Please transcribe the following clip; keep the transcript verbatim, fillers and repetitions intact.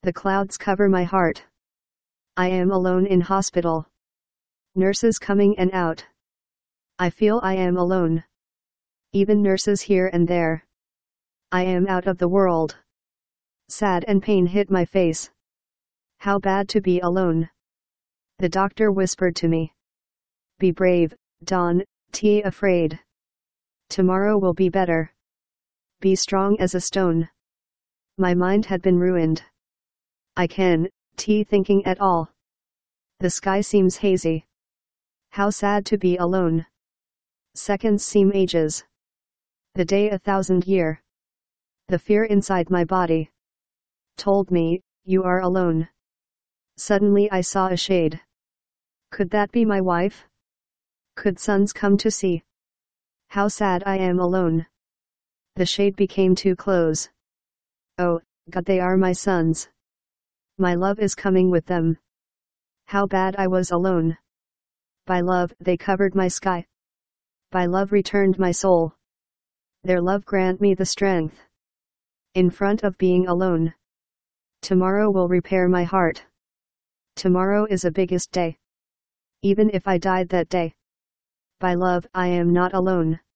The clouds cover my heart. I am alone in hospital. Nurses coming and out. I feel I am alone. Even nurses here and there. I am out of the world. Sad and pain hit my face. How bad to be alone. The doctor whispered to me. Be brave, Dawn, T afraid. Tomorrow will be better. Be strong as a stone. My mind had been ruined. I can, T thinking at all. The sky seems hazy. How sad to be alone. Seconds seem ages. The day a thousand year. The fear inside my body told me, you are alone. Suddenly I saw a shade. Could that be my wife? Could sons come to see? How sad I am alone. The shade became too close. Oh, God, they are my sons. My love is coming with them. How bad I was alone. By love they covered my sky. By love returned my soul. Their love grant me the strength. In front of being alone. Tomorrow will repair my heart. Tomorrow is a biggest day. Even if I died that day. By love I am not alone.